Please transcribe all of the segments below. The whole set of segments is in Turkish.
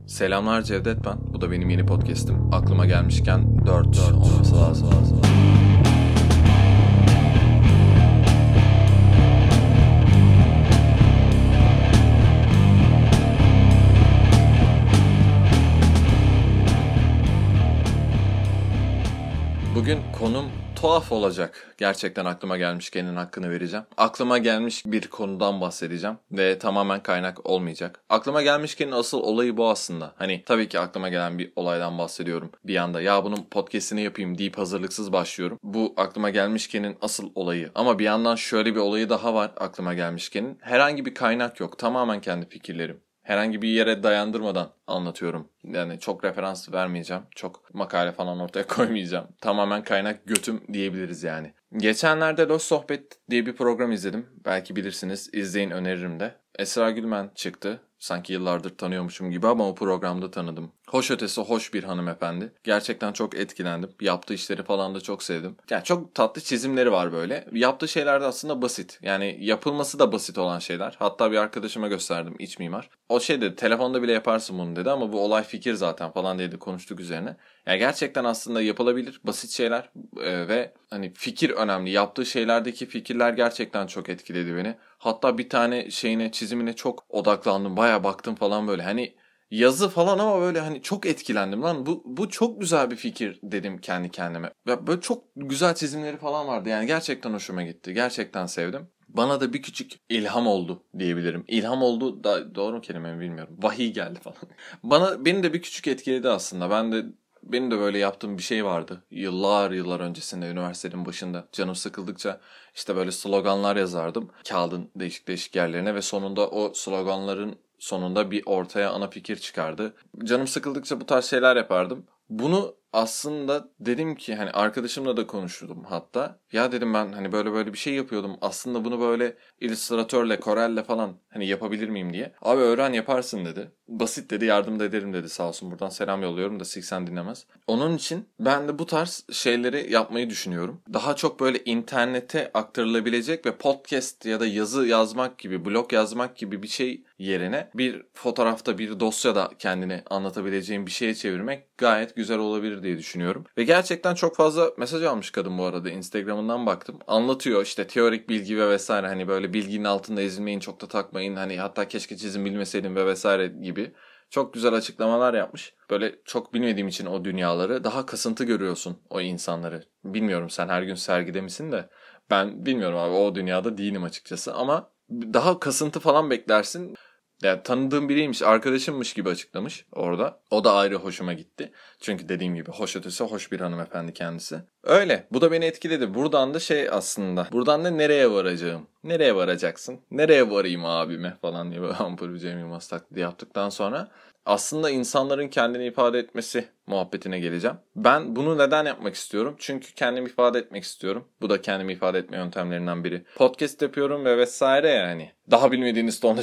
Selamlar Cevdet ben. Bu da benim yeni podcast'im. Aklıma gelmişken 4 olması lazım. Bugün konum tuhaf olacak. Gerçekten aklıma gelmişkenin hakkını vereceğim. Aklıma gelmiş bir konudan bahsedeceğim ve tamamen kaynak olmayacak. Aklıma gelmişkenin asıl olayı bu aslında. Hani tabii ki aklıma gelen bir olaydan bahsediyorum bir anda. Ya bunun podcast'ini yapayım deyip hazırlıksız başlıyorum. Bu aklıma gelmişkenin asıl olayı. Ama bir yandan şöyle bir olayı daha var aklıma gelmişkenin. Herhangi bir kaynak yok. Tamamen kendi fikirlerim. Herhangi bir yere dayandırmadan anlatıyorum. Yani çok referans vermeyeceğim. Çok makale falan ortaya koymayacağım. Tamamen kaynak götüm diyebiliriz yani. Geçenlerde Loş Sohbet diye bir program izledim. Belki bilirsiniz. İzleyin, öneririm de. Esra Gülmen çıktı. Sanki yıllardır tanıyormuşum gibi ama o programda tanıdım. Hoş ötesi hoş bir hanımefendi. Gerçekten çok etkilendim. Yaptığı işleri falan da çok sevdim. Yani çok tatlı çizimleri var böyle. Yaptığı şeyler de aslında basit. Yani yapılması da basit olan şeyler. Hatta bir arkadaşıma gösterdim, iç mimar. O şey dedi, telefonda bile yaparsın bunu dedi ama bu olay fikir zaten falan dedi, konuştuk üzerine. Yani gerçekten aslında yapılabilir basit şeyler ve hani fikir önemli. Yaptığı şeylerdeki fikirler gerçekten çok etkiledi beni. Hatta bir tane çizimine çok odaklandım. Bayağı baktım falan böyle. Hani yazı falan ama böyle hani çok etkilendim lan. Bu çok güzel bir fikir dedim kendi kendime. Ya böyle çok güzel çizimleri falan vardı. Yani gerçekten hoşuma gitti. Gerçekten sevdim. Bana da bir küçük ilham oldu diyebilirim. İlham oldu da doğru kelime mi bilmiyorum. Vahiy geldi falan. Beni de bir küçük etkiledi aslında. Benim de böyle yaptığım bir şey vardı. Yıllar öncesinde üniversitenin başında canım sıkıldıkça işte böyle sloganlar yazardım. Kağıdın değişik yerlerine ve sonunda o sloganların sonunda bir ortaya ana fikir çıkardı. Canım sıkıldıkça bu tarz şeyler yapardım. Bunu aslında dedim ki hani arkadaşımla da konuşurdum hatta. Ya dedim ben hani böyle bir şey yapıyordum. Aslında bunu böyle illüstratörle, Corel'le falan hani yapabilir miyim diye. Abi öğren yaparsın dedi. Basit dedi, yardım da ederim dedi, sağ olsun. Buradan selam yolluyorum da siksen dinlemez. Onun için ben de bu tarz şeyleri yapmayı düşünüyorum. Daha çok böyle internete aktarılabilecek ve podcast ya da yazı yazmak gibi, blog yazmak gibi bir şey yerine bir fotoğrafta, bir dosyada kendini anlatabileceğin bir şeye çevirmek gayet güzel olabilir diye düşünüyorum. Ve gerçekten çok fazla mesaj almış kadın bu arada. Instagram'ından baktım. Anlatıyor işte teorik bilgi ve vesaire, hani böyle bilginin altında ezilmeyin, çok da takmayın. Hani hatta keşke çizim bilmeseydim ve vesaire gibi. Çok güzel açıklamalar yapmış. Böyle çok bilmediğim için o dünyaları, daha kasıntı görüyorsun o insanları. Bilmiyorum sen her gün sergide misin de. Ben bilmiyorum abi, o dünyada değilim açıkçası ama daha kasıntı falan beklersin. Yani tanıdığım biriymiş, arkadaşımmış gibi açıklamış orada. O da ayrı hoşuma gitti. Çünkü dediğim gibi hoş ötesi hoş bir hanımefendi kendisi. Öyle. Bu da beni etkiledi. Buradan da aslında. Buradan da nereye varacağım? Nereye varacaksın? Nereye varayım abime falan diye böyle Ampul Cem Yılmaz taklidi yaptıktan sonra aslında insanların kendini ifade etmesi muhabbetine geleceğim. Ben bunu neden yapmak istiyorum? Çünkü kendimi ifade etmek istiyorum. Bu da kendimi ifade etme yöntemlerinden biri. Podcast yapıyorum ve vesaire yani. Daha bilmediğiniz tonda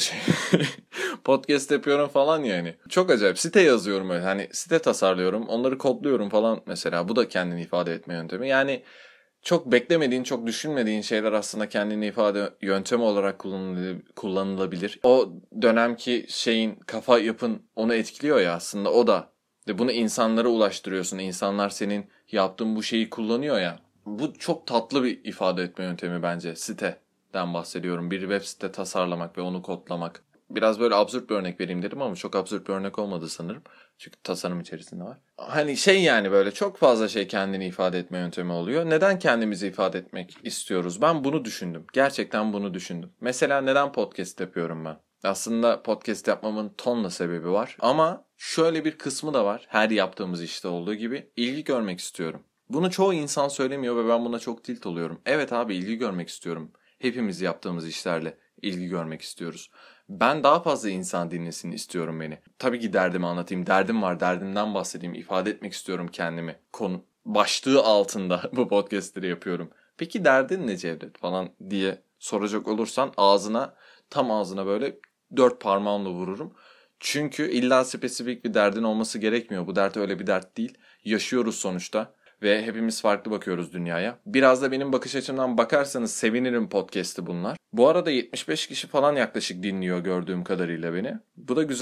podcast yapıyorum falan yani. Çok acayip. Site yazıyorum öyle. Hani site tasarlıyorum. Onları kodluyorum falan mesela. Bu da kendini ifade etme yöntemi. Yani çok beklemediğin, çok düşünmediğin şeyler aslında kendini ifade yöntemi olarak kullanılabilir. O dönemki kafa yapın onu etkiliyor ya aslında, o da. Ve bunu insanlara ulaştırıyorsun. İnsanlar senin yaptığın bu şeyi kullanıyor ya. Bu çok tatlı bir ifade etme yöntemi bence. Siteden bahsediyorum. Bir web site tasarlamak ve onu kodlamak. Biraz böyle absürt bir örnek vereyim dedim ama çok absürt bir örnek olmadı sanırım. Çünkü tasarım içerisinde var. Hani yani böyle çok fazla kendini ifade etme yöntemi oluyor. Neden kendimizi ifade etmek istiyoruz? Ben bunu düşündüm. Gerçekten bunu düşündüm. Mesela neden podcast yapıyorum ben? Aslında podcast yapmamın tonla sebebi var. Ama şöyle bir kısmı da var. Her yaptığımız işte olduğu gibi ilgi görmek istiyorum. Bunu çoğu insan söylemiyor ve ben buna çok tilt oluyorum. Evet abi, ilgi görmek istiyorum. Hepimiz yaptığımız işlerle ilgi görmek istiyoruz. Ben daha fazla insan dinlesin istiyorum beni. Tabii ki derdimi anlatayım. Derdim var, derdimden bahsedeyim. İfade etmek istiyorum kendimi. Konu başlığı altında bu podcastleri yapıyorum. Peki derdin ne Cevdet falan diye soracak olursan tam ağzına böyle 4 parmağımla vururum. Çünkü illa spesifik bir derdin olması gerekmiyor. Bu dert öyle bir dert değil. Yaşıyoruz sonuçta. Ve hepimiz farklı bakıyoruz dünyaya. Biraz da benim bakış açımdan bakarsanız sevinirim podcast'ı bunlar. Bu arada 75 kişi falan yaklaşık dinliyor gördüğüm kadarıyla beni. Bu da güzel.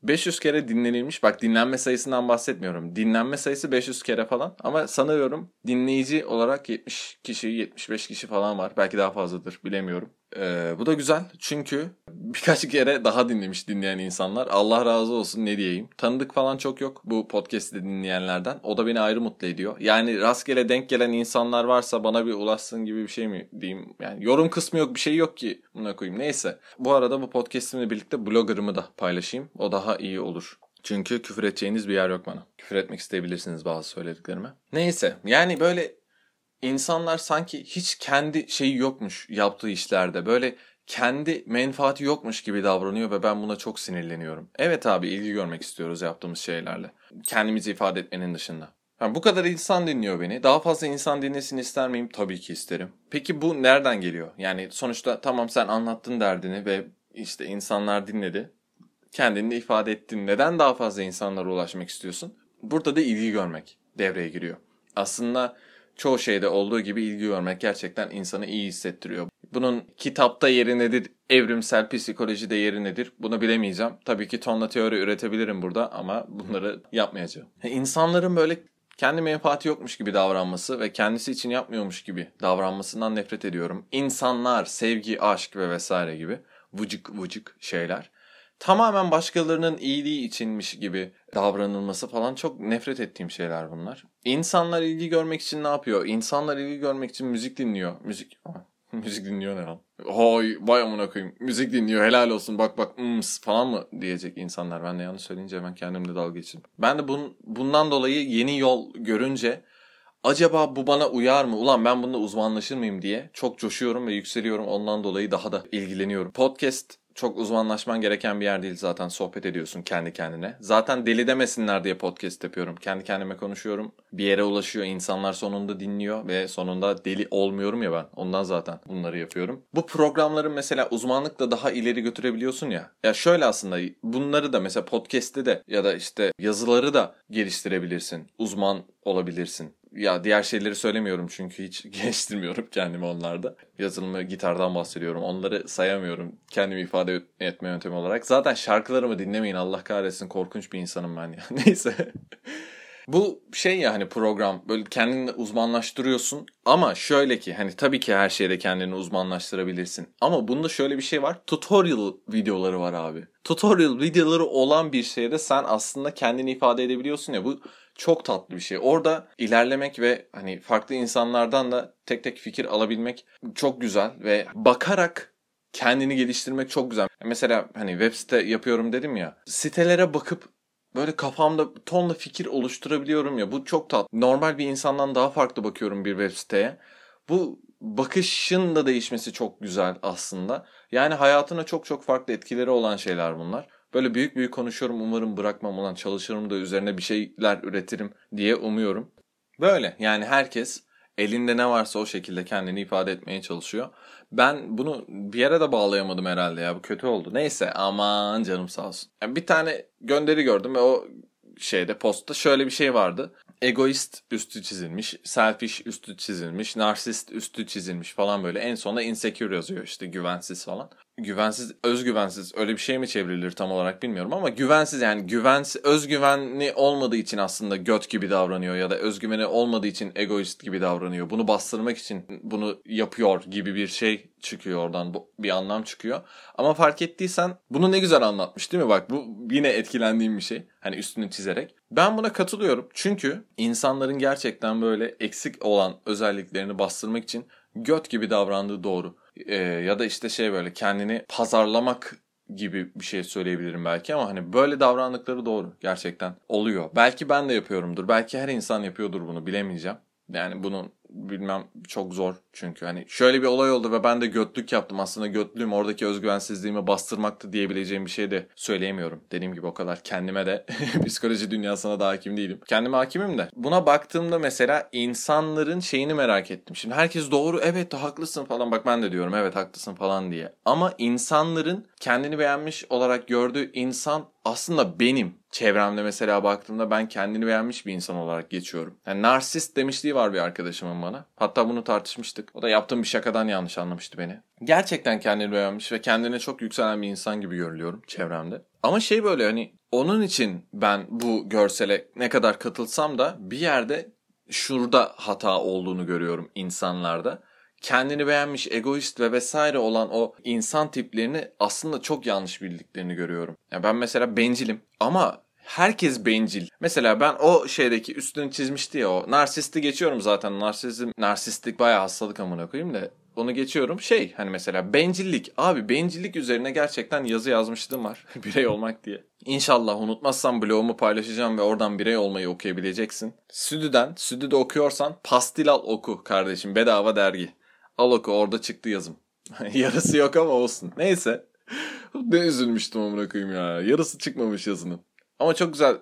500 kere dinlenilmiş. Bak, dinlenme sayısından bahsetmiyorum. Dinlenme sayısı 500 kere falan. Ama sanıyorum dinleyici olarak 70 kişi, 75 kişi falan var. Belki daha fazladır, bilemiyorum. Bu da güzel çünkü birkaç kere daha dinlemiş dinleyen insanlar. Allah razı olsun, ne diyeyim. Tanıdık falan çok yok bu podcast'i dinleyenlerden. O da beni ayrı mutlu ediyor. Yani rastgele denk gelen insanlar varsa bana bir ulaşsın gibi bir şey mi diyeyim. Yani yorum kısmı yok, bir şey yok ki buna koyayım. Neyse. Bu arada bu podcast'imle birlikte blogger'ımı da paylaşayım. O daha iyi olur. Çünkü küfür edeceğiniz bir yer yok bana. Küfür etmek isteyebilirsiniz bazı söylediklerime. Neyse, yani böyle İnsanlar sanki hiç kendi şeyi yokmuş yaptığı işlerde. Böyle kendi menfaati yokmuş gibi davranıyor ve ben buna çok sinirleniyorum. Evet abi, ilgi görmek istiyoruz yaptığımız şeylerle. Kendimizi ifade etmenin dışında. Yani bu kadar insan dinliyor beni. Daha fazla insan dinlesin ister miyim? Tabii ki isterim. Peki bu nereden geliyor? Yani sonuçta tamam, sen anlattın derdini ve işte insanlar dinledi. Kendini ifade ettin. Neden daha fazla insanlara ulaşmak istiyorsun? Burada da ilgi görmek devreye giriyor. Aslında çoğu şeyde olduğu gibi ilgi görmek gerçekten insanı iyi hissettiriyor. Bunun kitapta yeri nedir, evrimsel psikolojide yeri nedir, bunu bilemeyeceğim. Tabii ki tonla teori üretebilirim burada ama bunları yapmayacağım. İnsanların böyle kendi menfaati yokmuş gibi davranması ve kendisi için yapmıyormuş gibi davranmasından nefret ediyorum. İnsanlar, sevgi, aşk ve vesaire gibi vıcık vıcık şeyler tamamen başkalarının iyiliği içinmiş gibi davranılması falan, çok nefret ettiğim şeyler bunlar. İnsanlar ilgi görmek için ne yapıyor? İnsanlar ilgi görmek için müzik dinliyor. Müzik dinliyor ne lan? Hay vay amına koyayım. Müzik dinliyor, helal olsun, bak bak falan mı diyecek insanlar. Ben de yanlış söyleyince hemen kendimle dalga geçtim. Ben de bundan dolayı yeni yol görünce acaba bu bana uyar mı? Ulan ben bunda uzmanlaşır mıyım diye çok coşuyorum ve yükseliyorum. Ondan dolayı daha da ilgileniyorum. Podcast çok uzmanlaşman gereken bir yer değil zaten. Sohbet ediyorsun kendi kendine. Zaten deli demesinler diye podcast yapıyorum. Kendi kendime konuşuyorum. Bir yere ulaşıyor. İnsanlar sonunda dinliyor ve sonunda deli olmuyorum ya ben. Ondan zaten bunları yapıyorum. Bu programları mesela uzmanlıkla daha ileri götürebiliyorsun ya. Ya şöyle, aslında bunları da mesela podcast'te de ya da işte yazıları da geliştirebilirsin. Uzman olabilirsin. Ya diğer şeyleri söylemiyorum çünkü hiç geliştirmiyorum kendimi onlarda. Yazılımı, gitardan bahsediyorum. Onları sayamıyorum kendimi ifade etme yöntemi olarak. Zaten şarkılarımı dinlemeyin, Allah kahretsin, korkunç bir insanım ben ya. Neyse. Bu şey ya, hani program böyle kendini uzmanlaştırıyorsun ama şöyle ki hani tabii ki her şeyde kendini uzmanlaştırabilirsin. Ama bunda şöyle bir şey var. Tutorial videoları var abi. Tutorial videoları olan bir şeyde sen aslında kendini ifade edebiliyorsun ya, bu çok tatlı bir şey. Orada ilerlemek ve hani farklı insanlardan da tek tek fikir alabilmek çok güzel ve bakarak kendini geliştirmek çok güzel. Mesela hani web site yapıyorum dedim ya. Sitelere bakıp böyle kafamda tonla fikir oluşturabiliyorum ya. Bu çok tatlı. Normal bir insandan daha farklı bakıyorum bir web siteye. Bu bakışın da değişmesi çok güzel aslında. Yani hayatına çok çok farklı etkileri olan şeyler bunlar. Böyle büyük büyük konuşuyorum, umarım bırakmam, olan çalışırım da üzerine bir şeyler üretirim diye umuyorum. Böyle yani herkes elinde ne varsa o şekilde kendini ifade etmeye çalışıyor. Ben bunu bir yere de bağlayamadım herhalde ya, bu kötü oldu. Neyse, aman canım sağ olsun. Yani bir tane gönderi gördüm ve o postta şöyle bir şey vardı. Egoist üstü çizilmiş, selfish üstü çizilmiş, narsist üstü çizilmiş falan böyle. En sonunda insecure yazıyor, işte güvensiz falan. Güvensiz, özgüvensiz, öyle bir şey mi çevrilir tam olarak bilmiyorum ama güvensiz, yani güvensiz, özgüvenli olmadığı için aslında göt gibi davranıyor ya da özgüveni olmadığı için egoist gibi davranıyor. Bunu bastırmak için bunu yapıyor gibi bir şey çıkıyor oradan, bir anlam çıkıyor. Ama fark ettiysen bunu ne güzel anlatmış değil mi? Bak, bu yine etkilendiğim bir şey. Hani üstünü çizerek. Ben buna katılıyorum. Çünkü insanların gerçekten böyle eksik olan özelliklerini bastırmak için göt gibi davrandığı doğru. Ya da işte böyle kendini pazarlamak gibi bir şey söyleyebilirim belki ama hani böyle davrandıkları doğru. Gerçekten oluyor. Belki ben de yapıyorumdur. Belki her insan yapıyordur bunu, bilemeyeceğim. Yani bunu bilmem çok zor çünkü hani şöyle bir olay oldu ve ben de götlük yaptım. Aslında götlüğüm oradaki özgüvensizliğimi bastırmaktı diyebileceğim bir şey de söyleyemiyorum. Dediğim gibi o kadar kendime de psikoloji dünyasına da hakim değilim. Kendime hakimim de. Buna baktığımda mesela insanların şeyini merak ettim. Şimdi herkes doğru, evet haklısın falan, bak ben de diyorum evet haklısın falan diye. Ama insanların kendini beğenmiş olarak gördüğü insan aslında benim. Çevremde mesela baktığımda ben kendini beğenmiş bir insan olarak geçiyorum. Yani narsist demişliği var bir arkadaşımın bana. Hatta bunu tartışmıştık. O da yaptığım bir şakadan yanlış anlamıştı beni. Gerçekten kendini beğenmiş ve kendine çok yükselen bir insan gibi görülüyorum çevremde. Ama böyle hani onun için ben bu görsele ne kadar katılsam da bir yerde şurada hata olduğunu görüyorum insanlarda. Kendini beğenmiş, egoist ve vesaire olan o insan tiplerini aslında çok yanlış bildiklerini görüyorum. Yani ben mesela bencilim ama herkes bencil. Mesela ben o şeydeki üstünü çizmişti ya, o narsisti geçiyorum zaten. Narsistlik bayağı hastalık amına koyayım da onu geçiyorum. Hani mesela bencillik. Abi bencillik üzerine gerçekten yazı yazmışlığım var. Birey olmak diye. İnşallah unutmazsam blogumu paylaşacağım ve oradan birey olmayı okuyabileceksin. Stüdy'de okuyorsan pastil al oku kardeşim, bedava dergi. Al oku, orada çıktı yazım. Yarısı yok ama olsun. Neyse. Ne üzülmüştüm amına koyayım ya. Yarısı çıkmamış yazının. Ama çok güzel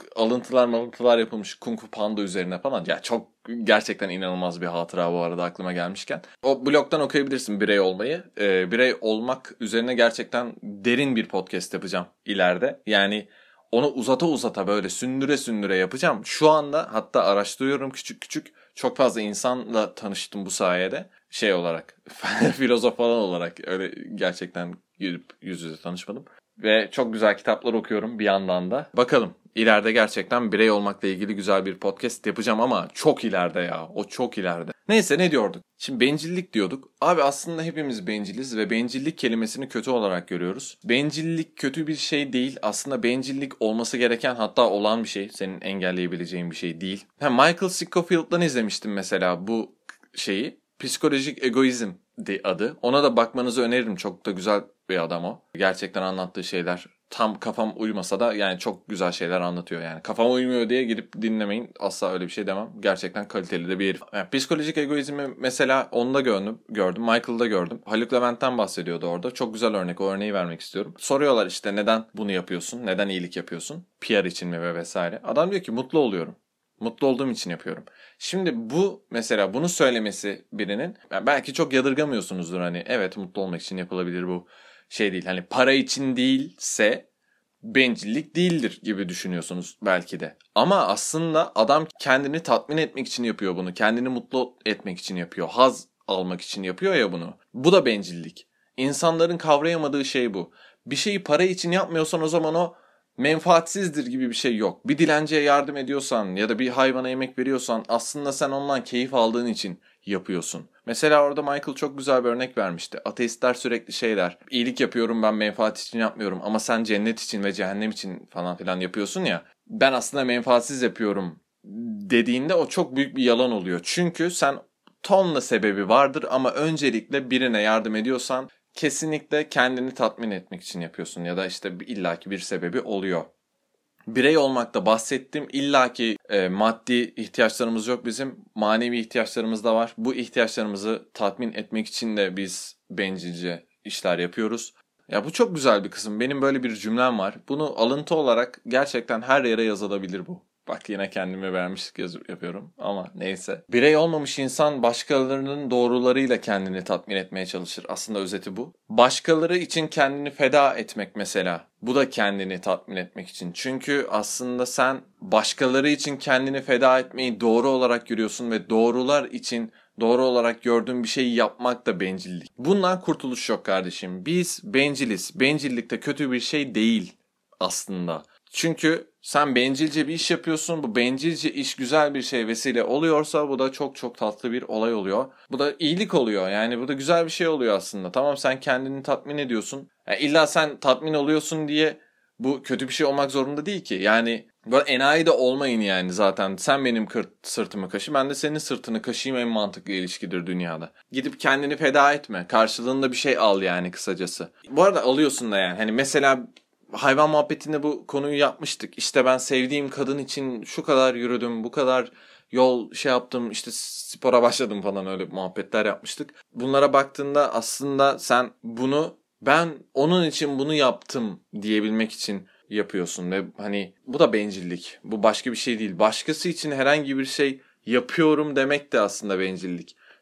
alıntılar yapılmış Kung Fu Panda üzerine falan. Ya çok gerçekten inanılmaz bir hatıra bu arada aklıma gelmişken. O blogdan okuyabilirsin birey olmayı. Birey olmak üzerine gerçekten derin bir podcast yapacağım ileride. Yani onu uzata böyle sündüre yapacağım. Şu anda hatta araştırıyorum küçük. Çok fazla insanla tanıştım bu sayede. Olarak, filozof falan olarak öyle gerçekten girip yüz yüze tanışmadım. Ve çok güzel kitaplar okuyorum bir yandan da. Bakalım ileride gerçekten birey olmakla ilgili güzel bir podcast yapacağım ama çok ileride ya. O çok ileride. Neyse, ne diyorduk? Şimdi bencillik diyorduk. Abi aslında hepimiz benciliz ve bencillik kelimesini kötü olarak görüyoruz. Bencillik kötü bir şey değil. Aslında bencillik olması gereken, hatta olan bir şey. Senin engelleyebileceğin bir şey değil. Michael Scoffield'dan izlemiştim mesela bu şeyi. Psikolojik egoizm adı. Ona da bakmanızı öneririm. Çok da güzel bir adam o. Gerçekten anlattığı şeyler tam kafam uymasa da yani çok güzel şeyler anlatıyor yani. Kafama uymuyor diye gidip dinlemeyin. Asla öyle bir şey demem. Gerçekten kaliteli de bir herif. Yani psikolojik egoizmi mesela onda gördüm. Michael'da gördüm. Haluk Levent'ten bahsediyordu orada. Çok güzel örnek. O örneği vermek istiyorum. Soruyorlar işte, neden bunu yapıyorsun? Neden iyilik yapıyorsun? PR için mi ve vesaire. Adam diyor ki mutlu oluyorum. Mutlu olduğum için yapıyorum. Şimdi bu mesela bunu söylemesi birinin, belki çok yadırgamıyorsunuzdur hani, evet mutlu olmak için yapılabilir, bu şey değil. Hani para için değilse bencillik değildir gibi düşünüyorsunuz belki de. Ama aslında adam kendini tatmin etmek için yapıyor bunu. Kendini mutlu etmek için yapıyor. Haz almak için yapıyor ya bunu. Bu da bencillik. İnsanların kavrayamadığı şey bu. Bir şeyi para için yapmıyorsan o zaman o menfaatsizdir gibi bir şey yok. Bir dilenciye yardım ediyorsan ya da bir hayvana yemek veriyorsan aslında sen ondan keyif aldığın için yapıyorsun. Mesela orada Michael çok güzel bir örnek vermişti. Ateistler sürekli şeyler. İyilik yapıyorum, ben menfaat için yapmıyorum ama sen cennet için ve cehennem için falan filan yapıyorsun ya. Ben aslında menfaatsiz yapıyorum dediğinde o çok büyük bir yalan oluyor. Çünkü sen tonla sebebi vardır ama öncelikle birine yardım ediyorsan kesinlikle kendini tatmin etmek için yapıyorsun ya da işte illaki bir sebebi oluyor. Birey olmakta bahsettim. İllaki maddi ihtiyaçlarımız yok bizim. Manevi ihtiyaçlarımız da var. Bu ihtiyaçlarımızı tatmin etmek için de biz bencilce işler yapıyoruz. Ya bu çok güzel bir kısım. Benim böyle bir cümlem var. Bunu alıntı olarak gerçekten her yere yazılabilir bu. Bak yine kendime vermişlik yapıyorum ama neyse. Birey olmamış insan başkalarının doğrularıyla kendini tatmin etmeye çalışır. Aslında özeti bu. Başkaları için kendini feda etmek mesela. Bu da kendini tatmin etmek için. Çünkü aslında sen başkaları için kendini feda etmeyi doğru olarak görüyorsun ve doğrular için doğru olarak gördüğün bir şeyi yapmak da bencillik. Bundan kurtuluş yok kardeşim. Biz benciliz. Bencillik de kötü bir şey değil aslında. Çünkü sen bencilce bir iş yapıyorsun. Bu bencilce iş güzel bir şey vesile oluyorsa bu da çok çok tatlı bir olay oluyor. Bu da iyilik oluyor. Yani bu da güzel bir şey oluyor aslında. Tamam, sen kendini tatmin ediyorsun. Yani illa sen tatmin oluyorsun diye bu kötü bir şey olmak zorunda değil ki. Yani böyle enayi de olmayın yani zaten. Sen benim sırtımı kaşı, ben de senin sırtını kaşıyım, en mantıklı ilişkidir dünyada. Gidip kendini feda etme. Karşılığında bir şey al yani kısacası. Bu arada alıyorsun da yani. Hani mesela hayvan muhabbetinde bu konuyu yapmıştık. İşte ben sevdiğim kadın için şu kadar yürüdüm, bu kadar yol yaptım, işte spora başladım falan, öyle muhabbetler yapmıştık. Bunlara baktığında aslında sen bunu ben onun için bunu yaptım diyebilmek için yapıyorsun ve hani bu da bencillik. Bu başka bir şey değil. Başkası için herhangi bir şey yapıyorum demek de aslında bencillik.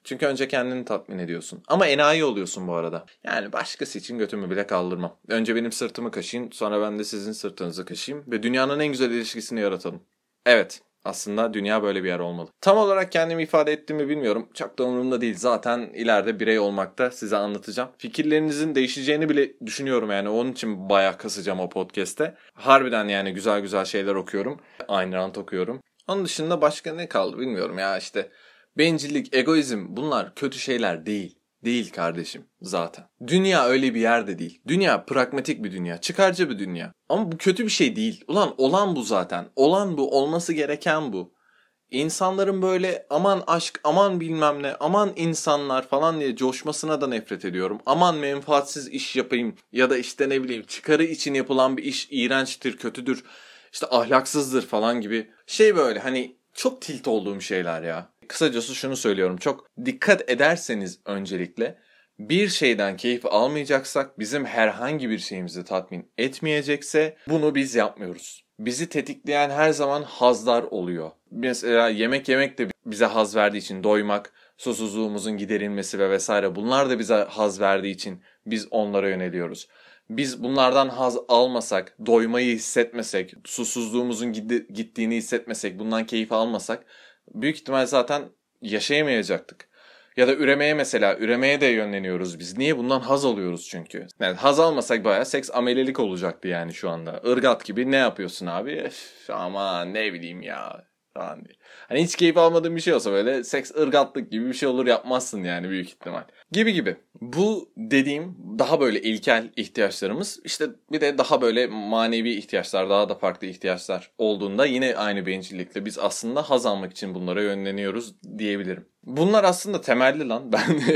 Çünkü önce kendini tatmin ediyorsun. Ama enayi oluyorsun bu arada. Yani başkası için götümü bile kaldırmam. Önce benim sırtımı kaşıyın, sonra ben de sizin sırtınızı kaşıyayım ve dünyanın en güzel ilişkisini yaratalım. Evet, aslında dünya böyle bir yer olmalı. Tam olarak kendimi ifade ettiğimi bilmiyorum. Çok da umurumda değil. Zaten ileride birey olmakta size anlatacağım. Fikirlerinizin değişeceğini bile düşünüyorum yani. Onun için bayağı kasacağım o podcast'te. Harbiden yani güzel güzel şeyler okuyorum. Ayn Rand okuyorum. Onun dışında başka ne kaldı bilmiyorum ya işte. Bencillik, egoizm bunlar kötü şeyler değil. Değil kardeşim zaten. Dünya öyle bir yerde değil. Dünya pragmatik bir dünya, çıkarcı bir dünya. Ama bu kötü bir şey değil. Ulan olan bu zaten. Olan bu, olması gereken bu. İnsanların böyle aman aşk, aman bilmem ne, aman insanlar falan diye coşmasına da nefret ediyorum. Aman menfaatsiz iş yapayım ya da işte ne bileyim çıkarı için yapılan bir iş iğrençtir, kötüdür, işte ahlaksızdır falan gibi. Şey böyle hani çok tilt olduğum şeyler ya. Kısacası şunu söylüyorum. Çok dikkat ederseniz öncelikle bir şeyden keyif almayacaksak, bizim herhangi bir şeyimizi tatmin etmeyecekse bunu biz yapmıyoruz. Bizi tetikleyen her zaman hazlar oluyor. Mesela yemek yemek de bize haz verdiği için doymak, susuzluğumuzun giderilmesi ve vesaire bunlar da bize haz verdiği için biz onlara yöneliyoruz. Biz bunlardan haz almasak, doymayı hissetmesek, susuzluğumuzun gittiğini hissetmesek, bundan keyif almasak büyük ihtimal zaten yaşayamayacaktık. Ya da üremeye de yönleniyoruz biz. Niye? Bundan haz alıyoruz çünkü. Yani haz almasak bayağı seks amelelik olacaktı yani şu anda. Irgat gibi ne yapıyorsun abi? Aman ne bileyim ya falan diye. Hani hiç keyif almadığın bir şey olsa böyle seks ırgatlık gibi bir şey olur yapmazsın yani büyük ihtimal. Gibi. Bu dediğim daha böyle ilkel ihtiyaçlarımız. İşte bir de daha böyle manevi ihtiyaçlar, daha da farklı ihtiyaçlar olduğunda yine aynı bencillikle biz aslında haz almak için bunlara yönleniyoruz diyebilirim. Bunlar aslında temelli lan.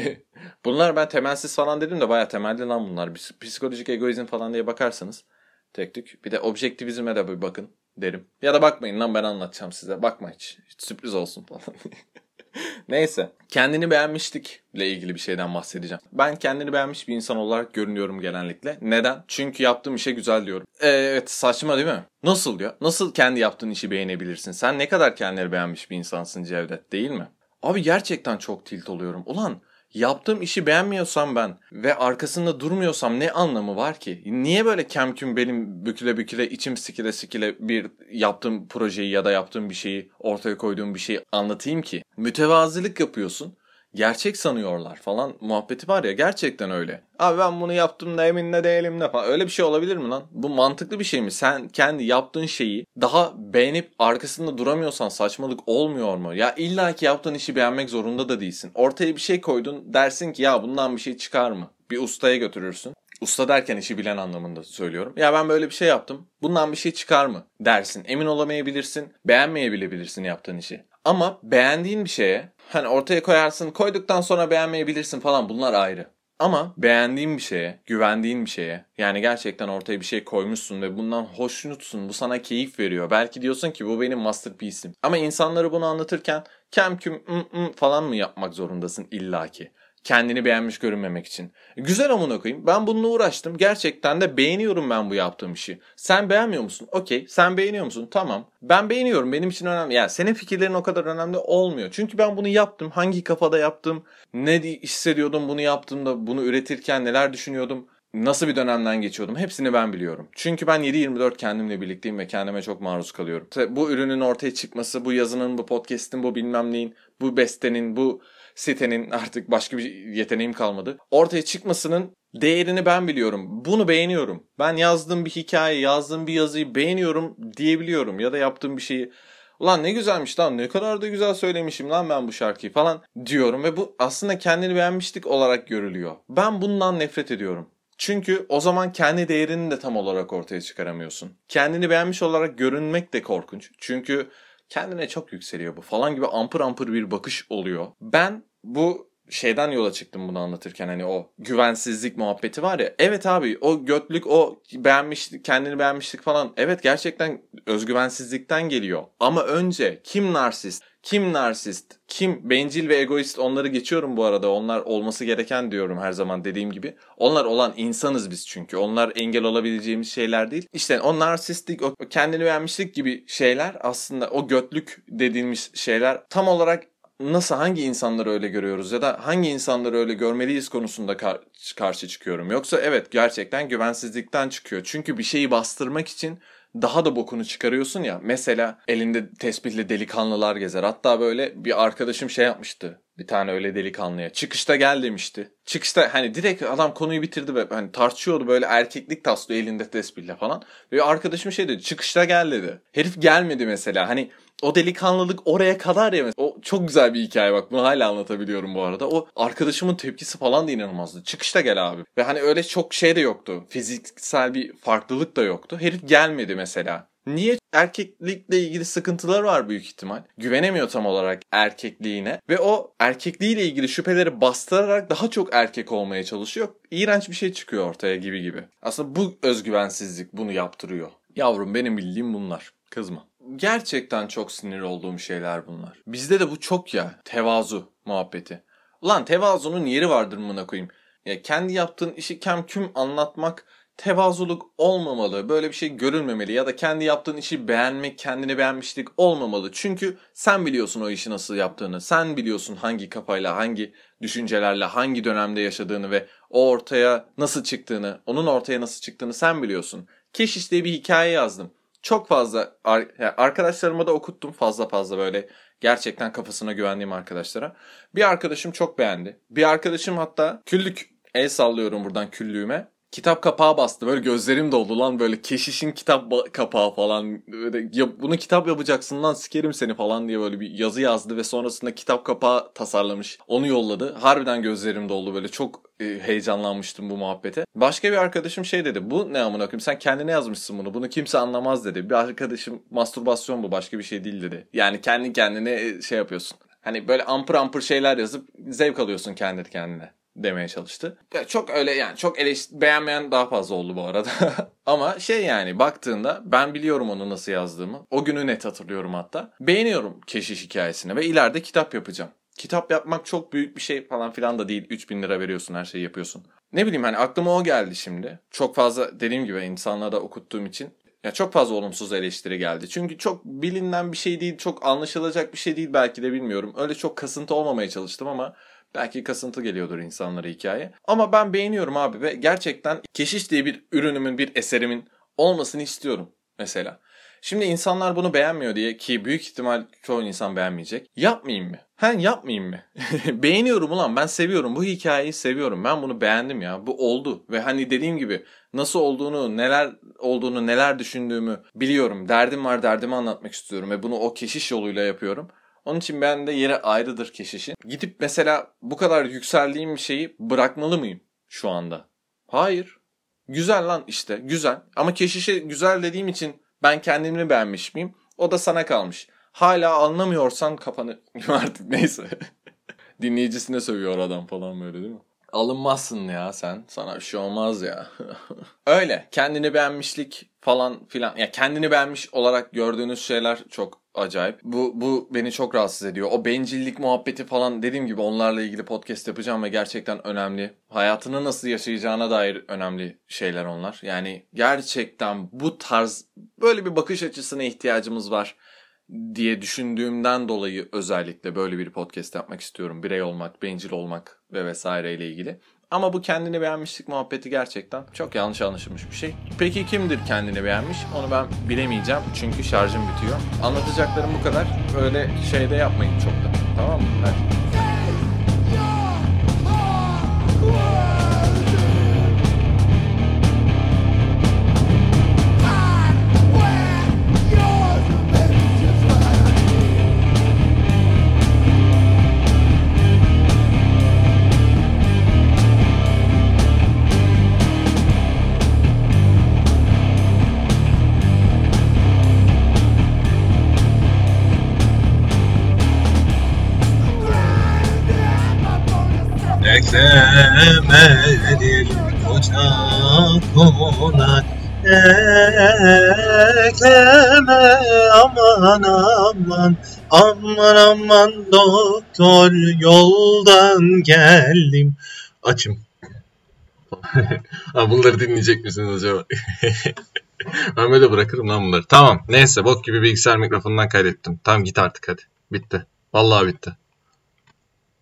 Ben temelsiz falan dedim de bayağı temelli lan bunlar. Psikolojik egoizm falan diye bakarsanız tek tük. Bir de objektivizme de bir bakın derim. Ya da bakmayın lan ben anlatacağım size. Bakma hiç sürpriz olsun falan. Neyse. Kendini beğenmişlikle ilgili bir şeyden bahsedeceğim. Ben kendini beğenmiş bir insan olarak görünüyorum genellikle. Neden? Çünkü yaptığım işe güzel diyorum. Evet saçma değil mi? Nasıl ya? Nasıl kendi yaptığın işi beğenebilirsin? Sen ne kadar kendini beğenmiş bir insansın Cevdet değil mi? Abi gerçekten çok tilt oluyorum. Ulan yaptığım işi beğenmiyorsam ben ve arkasında durmuyorsam ne anlamı var ki? Niye böyle kemküm benim büküle büküle içim sikile sikile bir yaptığım projeyi ya da yaptığım bir şeyi ortaya koyduğum bir şeyi anlatayım ki? Mütevazilik yapıyorsun. Gerçek sanıyorlar falan muhabbeti var ya gerçekten öyle. Abi ben bunu yaptım da emin de değilim de falan. Öyle bir şey olabilir mi lan? Bu mantıklı bir şey mi? Sen kendi yaptığın şeyi daha beğenip arkasında duramıyorsan saçmalık olmuyor mu? Ya illa ki yaptığın işi beğenmek zorunda da değilsin. Ortaya bir şey koydun dersin ki ya bundan bir şey çıkar mı? Bir ustaya götürürsün. Usta derken işi bilen anlamında söylüyorum. Ya ben böyle bir şey yaptım. Bundan bir şey çıkar mı? Dersin. Emin olamayabilirsin. Beğenmeyebilirsin yaptığın işi. Ama beğendiğin bir şeye hani ortaya koyarsın, koyduktan sonra beğenmeyebilirsin falan bunlar ayrı. Ama beğendiğin bir şeye, güvendiğin bir şeye yani gerçekten ortaya bir şey koymuşsun ve bundan hoşnutsun, bu sana keyif veriyor. Belki diyorsun ki bu benim masterpiece'im. Ama insanlara bunu anlatırken kemküm falan mı yapmak zorundasın illaki? Kendini beğenmiş görünmemek için. Güzel amına koyayım. Ben bununla uğraştım. Gerçekten de beğeniyorum ben bu yaptığım işi. Sen beğenmiyor musun? Okey. Sen beğeniyor musun? Tamam. Ben beğeniyorum. Benim için önemli. Yani senin fikirlerin o kadar önemli olmuyor. Çünkü ben bunu yaptım. Hangi kafada yaptım? Ne hissediyordum bunu yaptığımda? Bunu üretirken neler düşünüyordum? Nasıl bir dönemden geçiyordum? Hepsini ben biliyorum. Çünkü ben 7/24 kendimle birlikteyim ve kendime çok maruz kalıyorum. Bu ürünün ortaya çıkması, bu yazının, bu podcast'in, bu bilmem neyin, bu bestenin, bu sitenin artık başka bir yeteneğim kalmadı. Ortaya çıkmasının değerini ben biliyorum. Bunu beğeniyorum. Ben yazdığım bir hikaye, yazdığım bir yazıyı beğeniyorum diyebiliyorum. Ya da yaptığım bir şeyi ulan ne güzelmiş lan ne kadar da güzel söylemişim lan ben bu şarkıyı falan diyorum. Ve bu aslında kendini beğenmişlik olarak görülüyor. Ben bundan nefret ediyorum. Çünkü o zaman kendi değerini de tam olarak ortaya çıkaramıyorsun. Kendini beğenmiş olarak görünmek de korkunç. Çünkü kendine çok yükseliyor bu falan gibi ampır ampır bir bakış oluyor. Ben bu şeyden yola çıktım bunu anlatırken hani o güvensizlik muhabbeti var ya. Evet abi o götlük o beğenmişlik kendini beğenmişlik falan evet gerçekten özgüvensizlikten geliyor. Ama önce kim narsist, kim bencil ve egoist onları geçiyorum bu arada. Onlar olması gereken diyorum her zaman dediğim gibi. Onlar olan insanız biz çünkü. Onlar engel olabileceğimiz şeyler değil. İşte o narsistlik, o kendini beğenmişlik gibi şeyler aslında o götlük dediğimiz şeyler tam olarak nasıl, hangi insanları öyle görüyoruz ya da hangi insanları öyle görmeliyiz konusunda karşı çıkıyorum. Yoksa evet, gerçekten güvensizlikten çıkıyor. Çünkü bir şeyi bastırmak için daha da bokunu çıkarıyorsun ya. Mesela elinde tesbihle delikanlılar gezer. Hatta böyle bir arkadaşım şey yapmıştı. Bir tane öyle delikanlıya. Çıkışta gel demişti. Çıkışta hani direkt adam konuyu bitirdi ve hani tartışıyordu, böyle erkeklik taslıyor elinde tesbihle falan. Ve arkadaşım şey dedi, çıkışta gel dedi. Herif gelmedi mesela. Hani o delikanlılık oraya kadar ya. O çok güzel bir hikaye, bak bunu hala anlatabiliyorum bu arada. O arkadaşımın tepkisi falan da inanılmazdı. Çıkışta gel abi. Ve hani öyle çok şey de yoktu. Fiziksel bir farklılık da yoktu. Herif gelmedi mesela. Niye? Erkeklikle ilgili sıkıntıları var büyük ihtimal. Güvenemiyor tam olarak erkekliğine. Ve o erkekliğiyle ilgili şüpheleri bastırarak daha çok erkek olmaya çalışıyor. İğrenç bir şey çıkıyor ortaya gibi. Aslında bu özgüvensizlik bunu yaptırıyor. Yavrum, benim bildiğim bunlar. Kızma. Gerçekten çok sinir olduğum şeyler bunlar. Bizde de bu çok ya. Tevazu muhabbeti. Ulan tevazunun yeri vardır mına koyayım. Ya kendi yaptığın işi kemküm anlatmak tevazuluk olmamalı. Böyle bir şey görülmemeli. Ya da kendi yaptığın işi beğenmek, kendini beğenmişlik olmamalı. Çünkü sen biliyorsun o işi nasıl yaptığını. Sen biliyorsun hangi kafayla, hangi düşüncelerle, hangi dönemde yaşadığını ve o ortaya nasıl çıktığını, onun ortaya nasıl çıktığını sen biliyorsun. Keşiş diye bir hikaye yazdım. Çok fazla arkadaşlarıma da okuttum, fazla böyle gerçekten kafasına güvendiğim arkadaşlara. Bir arkadaşım çok beğendi. Bir arkadaşım hatta küllük, el sallıyorum buradan küllüğüme. Kitap kapağı bastı. Böyle gözlerim doldu lan, böyle keşişin kitap kapağı falan. Böyle, ya bunu kitap yapacaksın lan, sikerim seni falan diye böyle bir yazı yazdı ve sonrasında kitap kapağı tasarlamış. Onu yolladı. Harbiden gözlerim doldu, böyle çok heyecanlanmıştım bu muhabbete. Başka bir arkadaşım şey dedi. Bu ne amına koyayım, sen kendine yazmışsın bunu. Bunu kimse anlamaz dedi. Bir arkadaşım mastürbasyon bu, başka bir şey değil dedi. Yani kendi kendine şey yapıyorsun. Hani böyle ampır şeyler yazıp zevk alıyorsun kendi kendine demeye çalıştı. Ya çok öyle yani, çok beğenmeyen daha fazla oldu bu arada. Ama şey yani, baktığında ben biliyorum onu nasıl yazdığımı. O günü net hatırlıyorum hatta. Beğeniyorum keşiş hikayesini ve ileride kitap yapacağım. Kitap yapmak çok büyük bir şey falan filan da değil. 3.000 lira veriyorsun, her şeyi yapıyorsun. Ne bileyim, hani aklıma o geldi şimdi. Çok fazla dediğim gibi insanlara okuttuğum için. Ya çok fazla olumsuz eleştiri geldi. Çünkü çok bilinen bir şey değil, çok anlaşılacak bir şey değil belki de, bilmiyorum. Öyle çok kasıntı olmamaya çalıştım ama belki kasıntı geliyordur insanlara hikaye. Ama ben beğeniyorum abi ve gerçekten keşiş diye bir ürünümün, bir eserimin olmasını istiyorum mesela. Şimdi insanlar bunu beğenmiyor diye, ki büyük ihtimal çoğu insan beğenmeyecek. Yapmayayım mı? Yapmayayım mı? Beğeniyorum ulan, ben seviyorum. Bu hikayeyi seviyorum. Ben bunu beğendim ya. Bu oldu. Ve hani dediğim gibi nasıl olduğunu, neler düşündüğümü biliyorum. Derdim var, derdimi anlatmak istiyorum ve bunu o keşiş yoluyla yapıyorum. Onun için ben de yeri ayrıdır keşişin. Gidip mesela bu kadar yükseldiğim bir şeyi bırakmalı mıyım şu anda? Hayır. Güzel lan işte, güzel. Ama keşişe güzel dediğim için ben kendimi beğenmiş miyim? O da sana kalmış. Hala anlamıyorsan kafanı artık, neyse. Dinleyicisine sövüyor adam falan, böyle değil mi? Alınmazsın ya sen. Sana bir şey olmaz ya. Öyle. Kendini beğenmişlik falan filan. Ya kendini beğenmiş olarak gördüğünüz şeyler çok acayip. Bu beni çok rahatsız ediyor. O bencillik muhabbeti falan, dediğim gibi onlarla ilgili podcast yapacağım ve gerçekten önemli. Hayatını nasıl yaşayacağına dair önemli şeyler onlar. Yani gerçekten bu tarz, böyle bir bakış açısına ihtiyacımız var diye düşündüğümden dolayı özellikle böyle bir podcast yapmak istiyorum. Birey olmak, bencil olmak ve vesaireyle ilgili. Ama bu kendini beğenmişlik muhabbeti gerçekten çok yanlış anlaşılmış bir şey. Peki kimdir kendini beğenmiş? Onu ben bilemeyeceğim çünkü şarjım bitiyor. Anlatacaklarım bu kadar. Öyle şey de yapmayın çok da. Tamam mı? Hadi. Eklemedir koca konak, ekleme aman aman, aman doktor yoldan geldim. Açım. Bunları dinleyecek misiniz acaba? Ben böyle bırakırım lan bunları. Tamam neyse, bok gibi bilgisayar mikrofonundan kaydettim. Tamam git artık hadi. Bitti. Vallahi bitti.